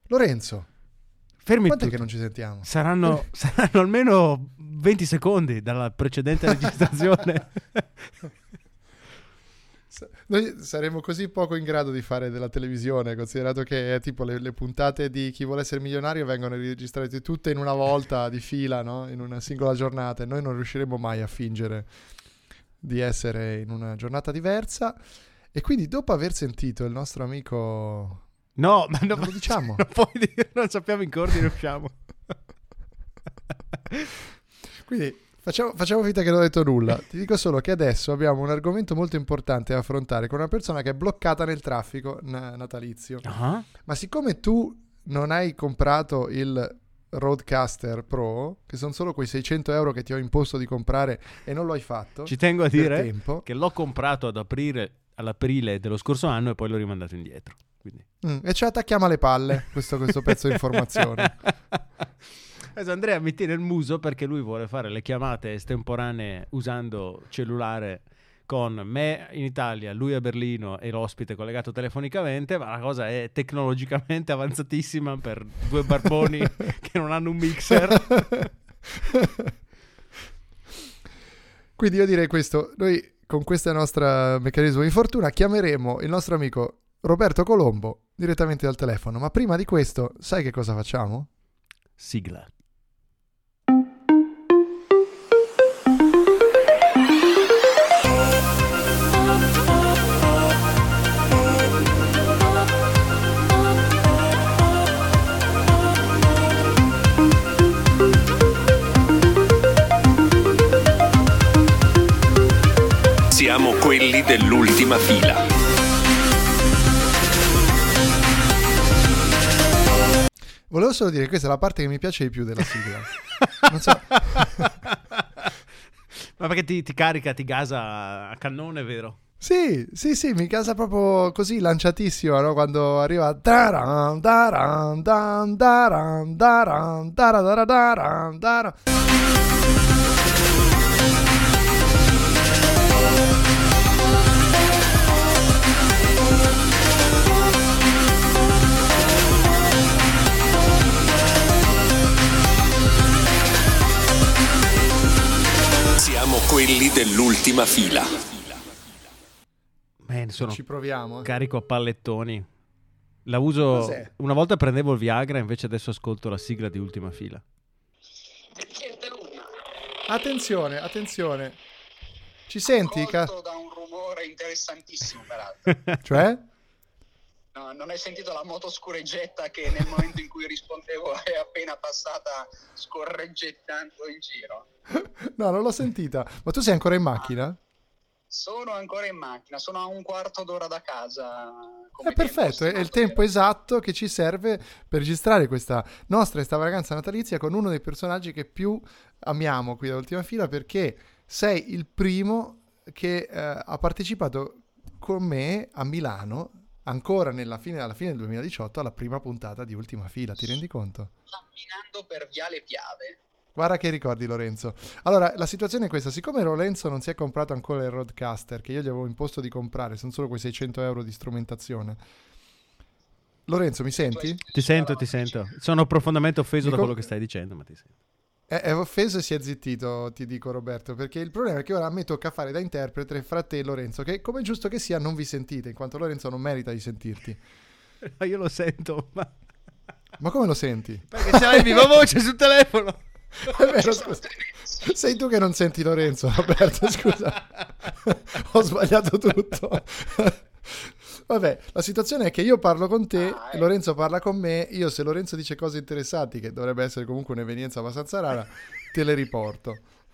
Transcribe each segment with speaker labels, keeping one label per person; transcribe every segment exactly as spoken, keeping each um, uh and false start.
Speaker 1: Lorenzo,
Speaker 2: fermi
Speaker 1: quant'è
Speaker 2: tutti.
Speaker 1: che non ci sentiamo?
Speaker 2: Saranno, saranno almeno venti secondi dalla precedente registrazione.
Speaker 1: Noi saremo così poco in grado di fare della televisione, considerato che eh, tipo le, le puntate di Chi vuole essere milionario vengono registrate tutte in una volta di fila, no? In una singola giornata, e noi non riusciremo mai a fingere di essere in una giornata diversa. E quindi, dopo aver sentito il nostro amico...
Speaker 2: No, ma non,
Speaker 1: non lo diciamo.
Speaker 2: Non puoi dire, non sappiamo in che ordine usciamo.
Speaker 1: Quindi facciamo, facciamo finta che non ho detto nulla. Ti dico solo che adesso abbiamo un argomento molto importante da affrontare con una persona che è bloccata nel traffico na- natalizio.
Speaker 2: Uh-huh.
Speaker 1: Ma siccome tu non hai comprato il Rodecaster Pro, che sono solo quei seicento euro che ti ho imposto di comprare e non lo hai fatto,
Speaker 2: ci tengo a dire
Speaker 1: tempo,
Speaker 2: che l'ho comprato ad aprile, all'aprile dello scorso anno e poi l'ho rimandato indietro. Quindi.
Speaker 1: Mm, e ci attacchiamo alle palle questo, questo pezzo di informazione.
Speaker 2: Adesso Andrea mi tiene il muso perché lui vuole fare le chiamate estemporanee usando cellulare con me in Italia, lui a Berlino e l'ospite collegato telefonicamente, ma la cosa è tecnologicamente avanzatissima per due barboni che non hanno un mixer.
Speaker 1: Quindi io direi questo: noi con questo nostro meccanismo di fortuna chiameremo il nostro amico Roberto Colombo direttamente dal telefono. Ma prima di questo, sai che cosa facciamo?
Speaker 2: Sigla.
Speaker 3: Siamo quelli dell'ultima fila.
Speaker 1: Volevo solo dire che questa è la parte che mi piace di più della sigla. Non so.
Speaker 2: Ma perché ti, ti carica, ti gasa a cannone, vero?
Speaker 1: Sì, sì, sì, mi casa proprio così lanciatissimo, no? Quando arriva daran, daran, dan, daran, daran, daran, daran, daran.
Speaker 3: Siamo quelli dell'ultima fila.
Speaker 2: Man, sono
Speaker 1: Ci proviamo.
Speaker 2: carico a pallettoni. La uso.
Speaker 1: Cos'è?
Speaker 2: Una volta prendevo il Viagra, invece adesso ascolto la sigla di Ultima Fila.
Speaker 1: Attenzione, attenzione. Ci senti? Ca-
Speaker 4: da un rumore interessantissimo, peraltro.
Speaker 1: cioè?
Speaker 4: No, non hai sentito la moto scorreggetta che nel momento in cui rispondevo è appena passata scorreggettando in giro?
Speaker 1: No, non l'ho sentita. Ma tu sei ancora in macchina?
Speaker 4: Sono ancora in macchina, sono a un quarto d'ora da casa.
Speaker 1: È perfetto, è il tempo esatto che ci serve per registrare questa nostra stravaganza natalizia con uno dei personaggi che più amiamo qui dall'ultima fila, perché sei il primo che eh, ha partecipato con me a Milano ancora nella fine, alla fine del duemiladiciotto alla prima puntata di Ultima Fila, ti rendi conto?
Speaker 4: Camminando per Viale Piave.
Speaker 1: Guarda che ricordi, Lorenzo. Allora, la situazione è questa: siccome Lorenzo non si è comprato ancora il Rodecaster, che io gli avevo imposto di comprare, sono solo quei seicento euro di strumentazione. Lorenzo, mi senti?
Speaker 2: Ti sento, ti sento. Sono profondamente offeso
Speaker 1: Mi
Speaker 2: da
Speaker 1: com-
Speaker 2: quello che stai dicendo, ma ti sento.
Speaker 1: È, è offeso e si è zittito, ti dico, Roberto, perché il problema è che ora a me tocca fare da interprete fra te e Lorenzo, che come è giusto che sia non vi sentite, in quanto Lorenzo non merita di sentirti.
Speaker 2: Ma io lo sento, ma...
Speaker 1: Ma come lo senti?
Speaker 2: Perché ce l'hai viva voce sul telefono.
Speaker 1: È vero, scusa. Sei tu che non senti Lorenzo, Roberto, scusa. Ho sbagliato tutto. Vabbè, la situazione è che io parlo con te
Speaker 4: Ah,
Speaker 1: e
Speaker 4: eh.
Speaker 1: Lorenzo parla con me. Io, se Lorenzo dice cose interessanti, che dovrebbe essere comunque un'evenienza abbastanza rara, te le riporto.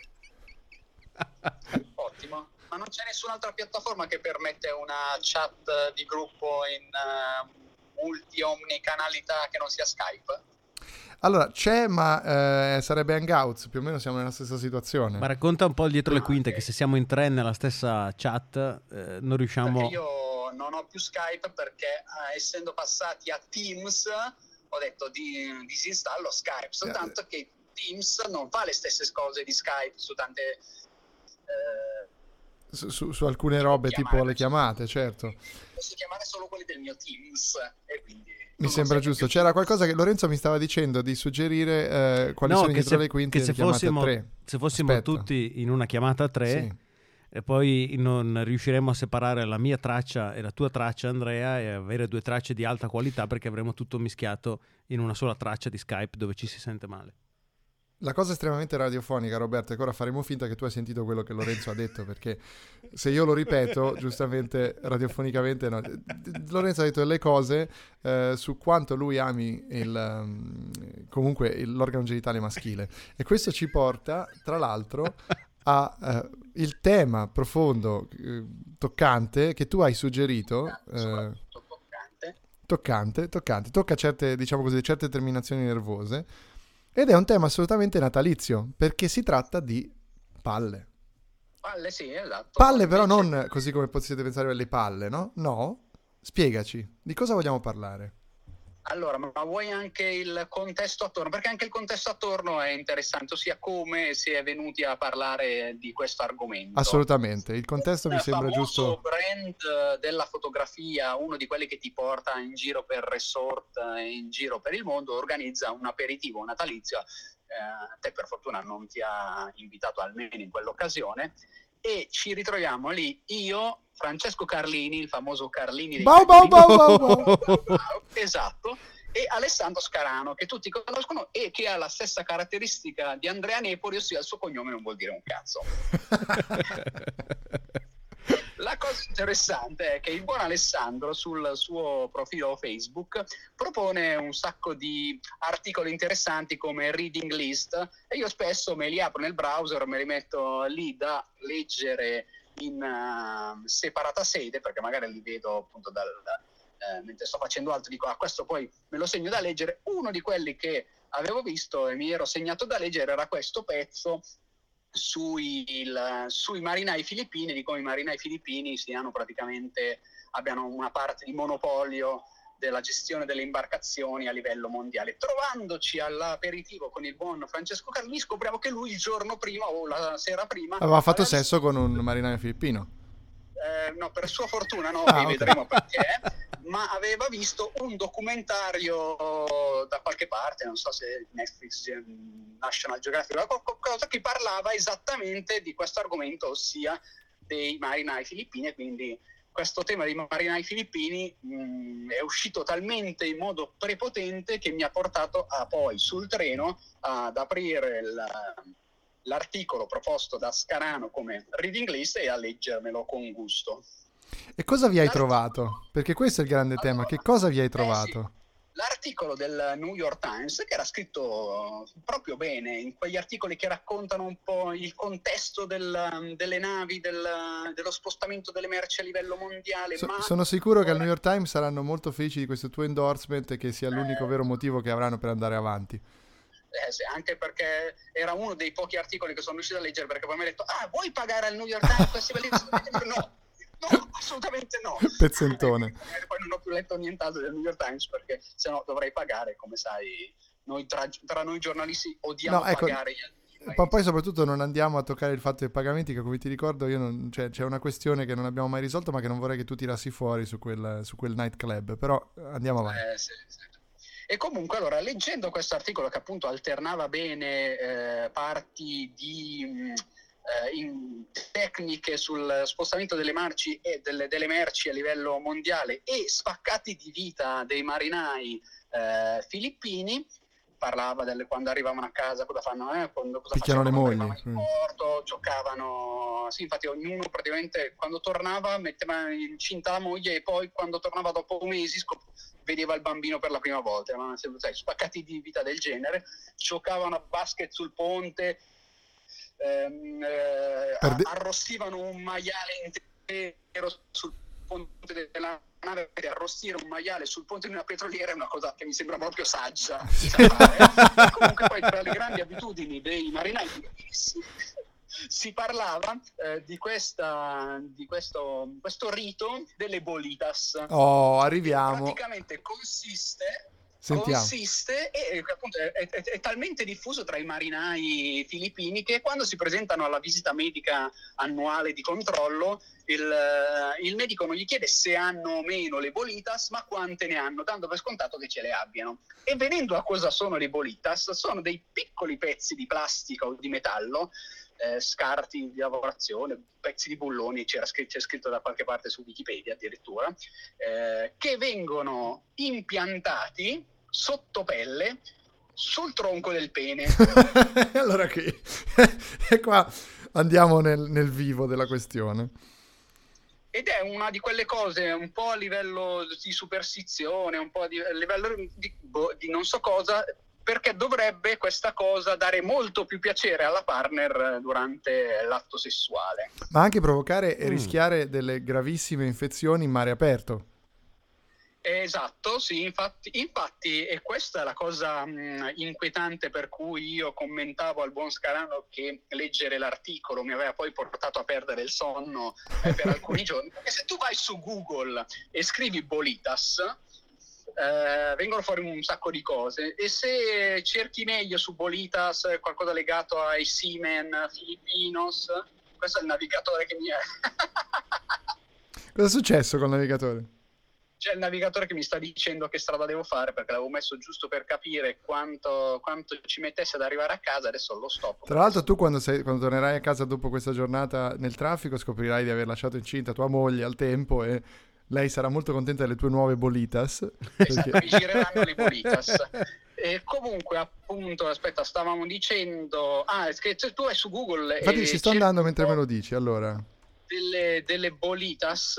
Speaker 4: Ottimo. Ma non c'è nessun'altra piattaforma che permette una chat di gruppo in uh, multi-omnicanalità che non sia Skype?
Speaker 1: Allora, c'è, ma eh, sarebbe Hangouts, più o meno siamo nella stessa situazione.
Speaker 2: Ma racconta un po' dietro le
Speaker 4: Ah,
Speaker 2: quinte,
Speaker 4: ok.
Speaker 2: che se siamo in tre nella stessa chat eh, non riusciamo...
Speaker 4: Perché io non ho più Skype perché eh, essendo passati a Teams ho detto di disinstallo Skype, soltanto che Teams non fa le stesse cose di Skype su tante eh,
Speaker 1: su, su, su alcune robe tipo le chiamate, certo.
Speaker 4: Posso chiamare solo quelli del mio Teams e quindi
Speaker 1: mi sembra giusto. C'era qualcosa che Lorenzo mi stava dicendo di suggerire eh, quali
Speaker 2: no,
Speaker 1: sono
Speaker 2: che
Speaker 1: dietro
Speaker 2: se,
Speaker 1: le quinte
Speaker 2: che se
Speaker 1: delle
Speaker 2: fossimo,
Speaker 1: chiamate a tre.
Speaker 2: se fossimo
Speaker 1: Aspetta.
Speaker 2: tutti in una chiamata a tre,
Speaker 1: sì.
Speaker 2: e poi non riusciremo a separare la mia traccia e la tua traccia, Andrea, e avere due tracce di alta qualità, perché avremo tutto mischiato in una sola traccia di Skype dove ci si sente male.
Speaker 1: La cosa estremamente radiofonica, Roberto, è che ora faremo finta che tu hai sentito quello che Lorenzo ha detto, perché se io lo ripeto, giustamente, radiofonicamente, no. Lorenzo ha detto delle cose eh, su quanto lui ami il, um, comunque il, l'organo genitale maschile. E questo ci porta, tra l'altro, a uh, il tema profondo, eh, toccante, che tu hai suggerito. Eh,
Speaker 4: toccante.
Speaker 1: toccante, toccante, tocca certe, diciamo così, certe terminazioni nervose. Ed è un tema assolutamente natalizio, perché si tratta di palle.
Speaker 4: Palle, sì, esatto.
Speaker 1: Palle però non così come potete pensare alle palle, no? No? Spiegaci, di cosa vogliamo parlare?
Speaker 4: Allora, ma vuoi anche il contesto attorno? Perché anche il contesto attorno è interessante, ossia come si è venuti a parlare di questo argomento.
Speaker 1: Assolutamente, il contesto mi sembra giusto.
Speaker 4: Il brand della fotografia, uno di quelli che ti porta in giro per resort e in giro per il mondo, organizza un aperitivo natalizio. Eh, te per fortuna non ti ha invitato almeno in quell'occasione. E ci ritroviamo lì, io, Francesco Carlini, il famoso Carlini dei
Speaker 1: Bau, bau, bau, bau, bau.
Speaker 4: Esatto, e Alessandro Scarano, che tutti conoscono e che ha la stessa caratteristica di Andrea Nepoli, ossia il suo cognome non vuol dire un cazzo. La cosa interessante è che il buon Alessandro sul suo profilo Facebook propone un sacco di articoli interessanti come reading list, e io spesso me li apro nel browser, me li metto lì da leggere in uh, separata sede, perché magari li vedo appunto dal, uh, mentre sto facendo altro, dico ah, questo poi me lo segno da leggere. Uno di quelli che avevo visto e mi ero segnato da leggere era questo pezzo Sui, il, sui marinai filippini, di come i marinai filippini siano praticamente abbiano una parte di monopolio della gestione delle imbarcazioni a livello mondiale. Trovandoci all'aperitivo con il buon Francesco Carlini, scopriamo che lui il giorno prima o la sera prima
Speaker 1: aveva fatto
Speaker 4: aveva...
Speaker 1: sesso con un marinaio filippino.
Speaker 4: Eh, no, per sua fortuna no,
Speaker 1: ah,
Speaker 4: e
Speaker 1: okay.
Speaker 4: vedremo perché, ma aveva visto un documentario da qualche parte, non so se Netflix, National Geographic, qualcosa che parlava esattamente di questo argomento, ossia dei marinai filippini, e quindi questo tema dei marinai filippini mh, è uscito talmente in modo prepotente che mi ha portato a poi sul treno ad aprire il l'articolo proposto da Scarano come reading list e a leggermelo con gusto.
Speaker 1: E cosa vi hai trovato? Perché questo è il grande
Speaker 4: allora,
Speaker 1: tema. Che cosa vi hai
Speaker 4: eh
Speaker 1: trovato?
Speaker 4: Sì. L'articolo del New York Times, che era scritto proprio bene, in quegli articoli che raccontano un po' il contesto del, delle navi, del, dello spostamento delle merci a livello mondiale.
Speaker 1: So,
Speaker 4: ma
Speaker 1: sono sicuro che al New York Times saranno molto felici di questo tuo endorsement e che sia l'unico
Speaker 4: eh,
Speaker 1: vero motivo che avranno per andare avanti.
Speaker 4: Eh, sì, anche perché era uno dei pochi articoli che sono riuscito a leggere, perché poi mi ha detto ah, vuoi pagare al New York Times questi bellissimi? No, no, assolutamente no.
Speaker 1: Pezzentone.
Speaker 4: Eh, poi non ho più letto nient'altro del New York Times, perché sennò dovrei pagare, come sai, noi tra, tra noi giornalisti odiamo
Speaker 1: no, ecco,
Speaker 4: pagare gli
Speaker 1: ma poi soprattutto non andiamo a toccare il fatto dei pagamenti, che come ti ricordo io non, cioè, c'è una questione che non abbiamo mai risolto, ma che non vorrei che tu tirassi fuori su quel, su quel nightclub, però andiamo avanti.
Speaker 4: Eh, sì, sì. E comunque, allora, leggendo questo articolo che appunto alternava bene eh, parti di mh, eh, in tecniche sul spostamento delle merci e delle, delle merci a livello mondiale e spaccati di vita dei marinai eh, filippini, parlava delle quando arrivavano a casa, cosa fanno, eh, quando, cosa
Speaker 1: picchiano le mogli,
Speaker 4: in porto, mm. giocavano, sì, infatti ognuno praticamente quando tornava metteva incinta la moglie e poi quando tornava dopo mesi scop- vedeva il bambino per la prima volta, ma sai, spaccati di vita del genere, giocavano a basket sul ponte, ehm, eh,
Speaker 1: de-
Speaker 4: arrostivano un maiale intero sul ponte della nave. Per arrostire un maiale sul ponte di una petroliera è una cosa che mi sembra proprio saggia. E comunque poi tra le grandi abitudini dei marinai si, si parlava eh, di questa di questo, questo rito delle bolitas.
Speaker 1: Oh, arriviamo.
Speaker 4: Praticamente consiste
Speaker 1: Sentiamo.
Speaker 4: Consiste, e appunto è, è, è talmente diffuso tra i marinai filippini che quando si presentano alla visita medica annuale di controllo, il, il medico non gli chiede se hanno o meno le bolitas, ma quante ne hanno, dando per scontato che ce le abbiano. E venendo a cosa sono le bolitas, sono dei piccoli pezzi di plastica o di metallo, eh, scarti di lavorazione, pezzi di bulloni, c'era scritto, c'è scritto da qualche parte su Wikipedia addirittura, eh, che vengono impiantati sotto pelle sul tronco del pene.
Speaker 1: Allora qui e qua andiamo nel, nel vivo della questione.
Speaker 4: Ed è una di quelle cose un po' a livello di superstizione, un po' a livello di, boh, di non so cosa, perché dovrebbe questa cosa dare molto più piacere alla partner durante l'atto sessuale.
Speaker 1: Ma anche provocare e
Speaker 2: Mm.
Speaker 1: rischiare delle gravissime infezioni in mare aperto.
Speaker 4: Esatto, sì, infatti, infatti, e questa è la cosa mh, inquietante per cui io commentavo al buon Scarano che leggere l'articolo mi aveva poi portato a perdere il sonno eh, per alcuni giorni, perché se tu vai su Google e scrivi bolitas, eh, vengono fuori un sacco di cose, e se cerchi meglio su bolitas qualcosa legato ai semen filipinos, questo è il navigatore che mi è...
Speaker 1: Cosa è successo col navigatore?
Speaker 4: C'è il navigatore che mi sta dicendo che strada devo fare, perché l'avevo messo giusto per capire quanto, quanto ci mettesse ad arrivare a casa, adesso lo stop.
Speaker 1: Tra l'altro tu quando, sei, quando tornerai a casa dopo questa giornata nel traffico scoprirai di aver lasciato incinta tua moglie al tempo e lei sarà molto contenta delle tue nuove bolitas.
Speaker 4: Esatto,
Speaker 1: Perché...
Speaker 4: mi gireranno le bolitas. E comunque appunto, aspetta, stavamo dicendo... Ah, è che tu vai su Google...
Speaker 1: Infatti
Speaker 4: e
Speaker 1: ci sto
Speaker 4: cerchi
Speaker 1: andando
Speaker 4: un
Speaker 1: mentre
Speaker 4: po'
Speaker 1: me lo dici, allora.
Speaker 4: Delle, delle bolitas...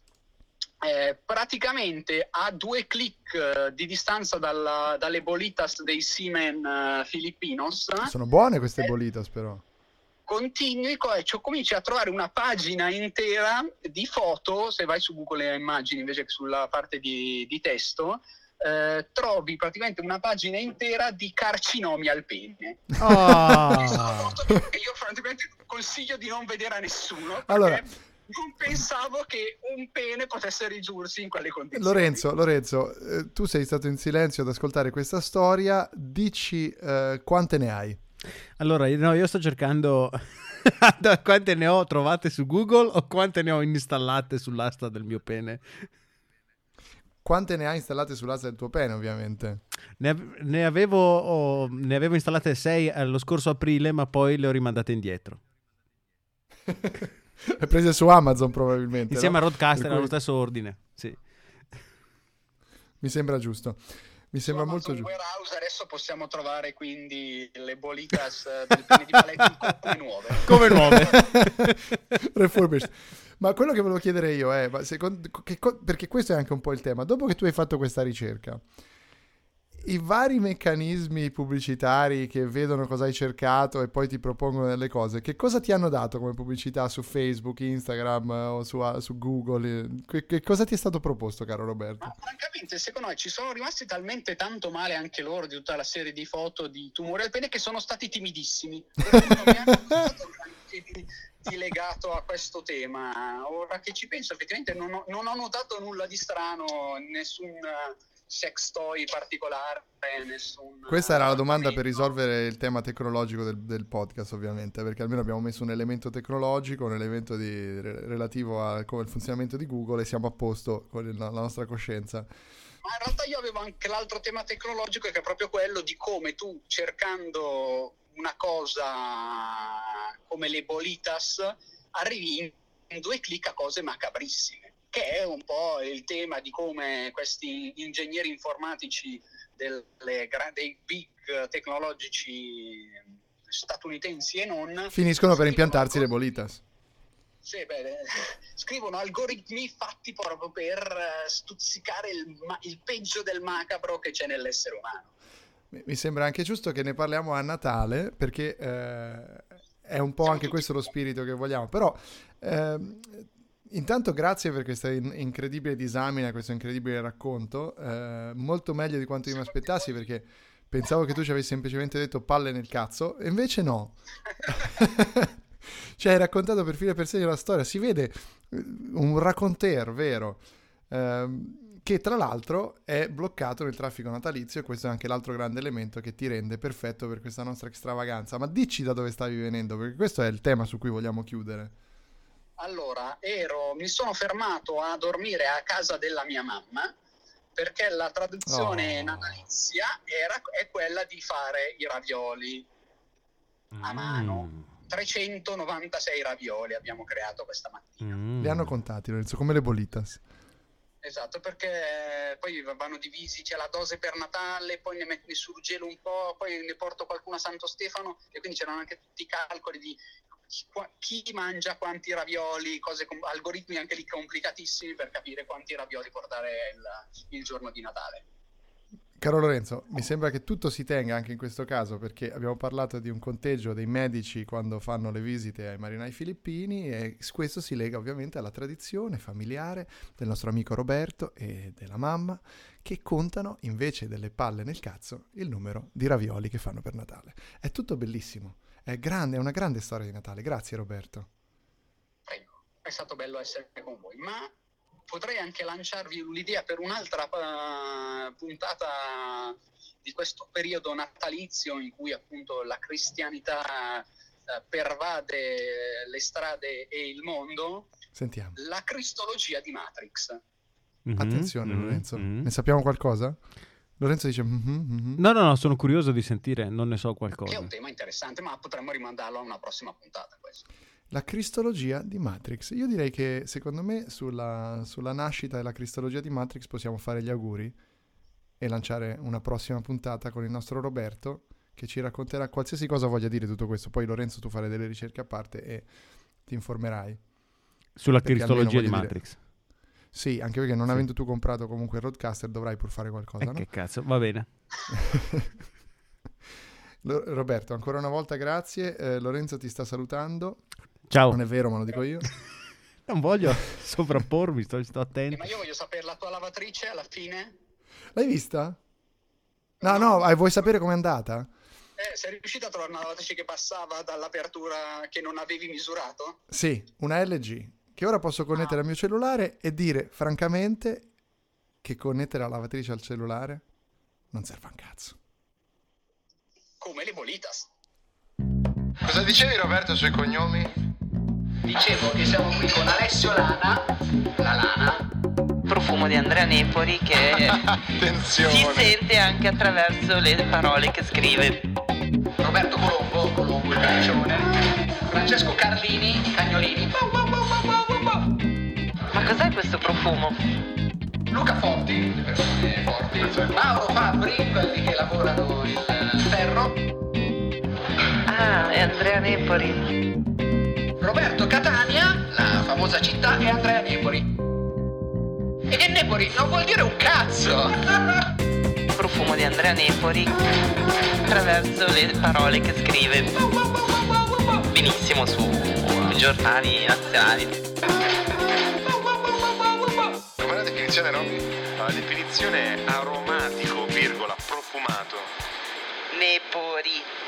Speaker 4: Eh, praticamente a due clic eh, di distanza dalla, dalle bolitas dei semen uh, filippinos
Speaker 1: Sono buone queste
Speaker 4: eh,
Speaker 1: bolitas però.
Speaker 4: continui, co- cioè, cominci a trovare una pagina intera di foto. Se vai su Google e immagini invece che sulla parte di, di testo, eh, trovi praticamente una pagina intera di carcinomi al pene.
Speaker 2: Ah.
Speaker 4: Sono foto che io francamente consiglio di non vedere a nessuno, perché
Speaker 1: Allora,
Speaker 4: non pensavo che un pene potesse ridursi in quelle condizioni.
Speaker 1: Lorenzo, Lorenzo eh, tu sei stato in silenzio ad ascoltare questa storia, dici eh, quante ne hai?
Speaker 2: Allora, no, io sto cercando quante ne ho trovate su Google o quante ne ho installate sull'asta del mio pene.
Speaker 1: Quante ne hai installate sull'asta del tuo pene, ovviamente?
Speaker 2: Ne, ave- ne avevo oh, ne avevo installate sei eh, lo scorso aprile, ma poi le ho rimandate indietro.
Speaker 1: Le prese su Amazon probabilmente.
Speaker 2: Insieme
Speaker 1: no?
Speaker 2: a Roadcaster
Speaker 1: Per
Speaker 2: nello
Speaker 1: cui
Speaker 2: stesso ordine. Sì.
Speaker 1: mi sembra giusto. Mi
Speaker 4: Su
Speaker 1: sembra
Speaker 4: Amazon
Speaker 1: molto giusto.
Speaker 4: Warehouse adesso possiamo trovare quindi le bolitas eh, del pene di Paletti come nuove.
Speaker 2: Come nuove.
Speaker 1: Refurbished. Ma quello che volevo chiedere io è, ma secondo, che co- perché questo è anche un po' il tema, dopo che tu hai fatto questa ricerca, i vari meccanismi pubblicitari che vedono cosa hai cercato e poi ti propongono delle cose, che cosa ti hanno dato come pubblicità su Facebook, Instagram eh, o su, su Google? Che, che cosa ti è stato proposto, caro Roberto?
Speaker 4: Ma francamente, secondo me ci sono rimasti talmente tanto male anche loro di tutta la serie di foto di tumori al pene che sono stati timidissimi. Per cui non mi hanno dato granché di, di legato a questo tema. Ora che ci penso, effettivamente non ho, non ho notato nulla di strano, nessun sex toy particolare, nessun...
Speaker 1: Questa era la domanda per risolvere il tema tecnologico del, del podcast, ovviamente, perché almeno abbiamo messo un elemento tecnologico, un elemento di, re, relativo a come il funzionamento di Google e siamo a posto con il, la nostra coscienza.
Speaker 4: Ma in realtà io avevo anche l'altro tema tecnologico, che è proprio quello di come tu, cercando una cosa come le bolitas, arrivi in, in due clic a cose macabrissime, che è un po' il tema di come questi ingegneri informatici delle, dei big tecnologici statunitensi e non
Speaker 1: finiscono per impiantarsi le bolitas.
Speaker 4: Sì, beh, scrivono algoritmi fatti proprio per stuzzicare il, il peggio del macabro che c'è nell'essere umano.
Speaker 1: Mi sembra anche giusto che ne parliamo a Natale, perché eh, è un po'
Speaker 4: Siamo
Speaker 1: anche
Speaker 4: tutti
Speaker 1: questo lo spirito che vogliamo, però eh, intanto grazie per questa in- incredibile disamina, questo incredibile racconto, eh, molto meglio di quanto io mi aspettassi, perché pensavo che tu ci avessi semplicemente detto palle nel cazzo, e invece no. Cioè hai raccontato per filo e per segno la storia, si vede un raconter vero. Eh, che tra l'altro è bloccato nel traffico natalizio, e questo è anche l'altro grande elemento che ti rende perfetto per questa nostra extravaganza. Ma dici da dove stavi venendo, perché questo è il tema su cui vogliamo chiudere.
Speaker 4: Allora, ero, mi sono fermato a dormire a casa della mia mamma, perché la tradizione
Speaker 1: Oh.
Speaker 4: natalizia era, è quella di fare i ravioli a mano.
Speaker 2: Mm.
Speaker 4: trecentonovantasei ravioli abbiamo creato questa mattina.
Speaker 2: Mm.
Speaker 1: Li hanno contati, Lorenzo, come le bolitas.
Speaker 4: Esatto, perché poi vanno divisi, c'è la dose per Natale, poi ne, met- ne surgelo un po', poi ne porto qualcuno a Santo Stefano, e quindi c'erano anche tutti i calcoli di chi, qua- chi mangia quanti ravioli, cose com- algoritmi anche lì complicatissimi per capire quanti ravioli portare il, il giorno di Natale.
Speaker 1: Caro Lorenzo, mi sembra che tutto si tenga anche in questo caso, perché abbiamo parlato di un conteggio dei medici quando fanno le visite ai marinai filippini, e questo si lega ovviamente alla tradizione familiare del nostro amico Roberto e della mamma, che contano invece delle palle nel cazzo il numero di ravioli che fanno per Natale. È tutto bellissimo, è grande, è una grande storia di Natale. Grazie Roberto.
Speaker 4: Prego, è stato bello essere con voi, ma potrei anche lanciarvi l'idea per un'altra uh, puntata di questo periodo natalizio in cui appunto la cristianità uh, pervade le strade e il mondo,
Speaker 1: Sentiamo.
Speaker 4: la cristologia di Matrix.
Speaker 2: Mhm,
Speaker 1: Attenzione
Speaker 2: mhm,
Speaker 1: Lorenzo,
Speaker 2: mhm.
Speaker 1: ne sappiamo qualcosa? Lorenzo dice mhm, mhm.
Speaker 2: No, no, no, sono curioso di sentire, non ne so
Speaker 4: Che è
Speaker 2: qualcosa.
Speaker 4: un tema interessante, ma potremmo rimandarlo a una prossima puntata questo.
Speaker 1: La cristologia di Matrix. Io direi che secondo me sulla, sulla nascita della cristologia di Matrix possiamo fare gli auguri e lanciare una prossima puntata con il nostro Roberto, che ci racconterà qualsiasi cosa voglia dire tutto questo. Poi Lorenzo, tu farai delle ricerche a parte e ti informerai.
Speaker 2: Sulla
Speaker 1: Perché
Speaker 2: cristologia di
Speaker 1: almeno voglio
Speaker 2: Matrix.
Speaker 1: Sì, anche perché non
Speaker 2: Sì.
Speaker 1: avendo tu comprato comunque il Roadcaster dovrai pur fare qualcosa,
Speaker 2: Eh,
Speaker 1: no?
Speaker 2: che cazzo, va bene.
Speaker 1: Lo- Roberto, ancora una volta grazie. Eh, Lorenzo ti sta salutando.
Speaker 2: Ciao.
Speaker 1: Non è vero, ma lo dico io.
Speaker 2: Non voglio sovrappormi, sto, sto
Speaker 4: Eh,
Speaker 2: attento.
Speaker 4: ma io voglio sapere la tua lavatrice alla fine.
Speaker 1: L'hai vista? No, no, eh, vuoi sapere com'è andata?
Speaker 4: Eh, sei riuscito a trovare una lavatrice che passava dall'apertura che non avevi misurato?
Speaker 1: Sì, una L G, che ora posso connettere al mio cellulare e dire francamente che connettere la lavatrice al cellulare non serve a un cazzo.
Speaker 4: Come le bolitas.
Speaker 1: Cosa dicevi Roberto sui cognomi?
Speaker 4: Dicevo che siamo qui con Alessio Lana, la Lana,
Speaker 5: Profumo di Andrea Nepori che si sente anche attraverso le parole che scrive.
Speaker 4: Roberto Colombo, Colombo il caccione, Francesco Carlini, i cagnolini,
Speaker 5: Ma cos'è questo profumo?
Speaker 4: Luca Forti, le persone forti, Mauro Fabbri, quelli che lavorano il ferro,
Speaker 5: Ah, è Andrea Nepori.
Speaker 4: Roberto Catania, la famosa città, e Andrea Nepori. E che Nepori non vuol dire un cazzo!
Speaker 5: Profumo di Andrea Nepori attraverso le parole che scrive. Benissimo su giornali nazionali.
Speaker 6: Com'è la definizione, Robby? La definizione è aromatico, virgola, profumato.
Speaker 5: Nepori.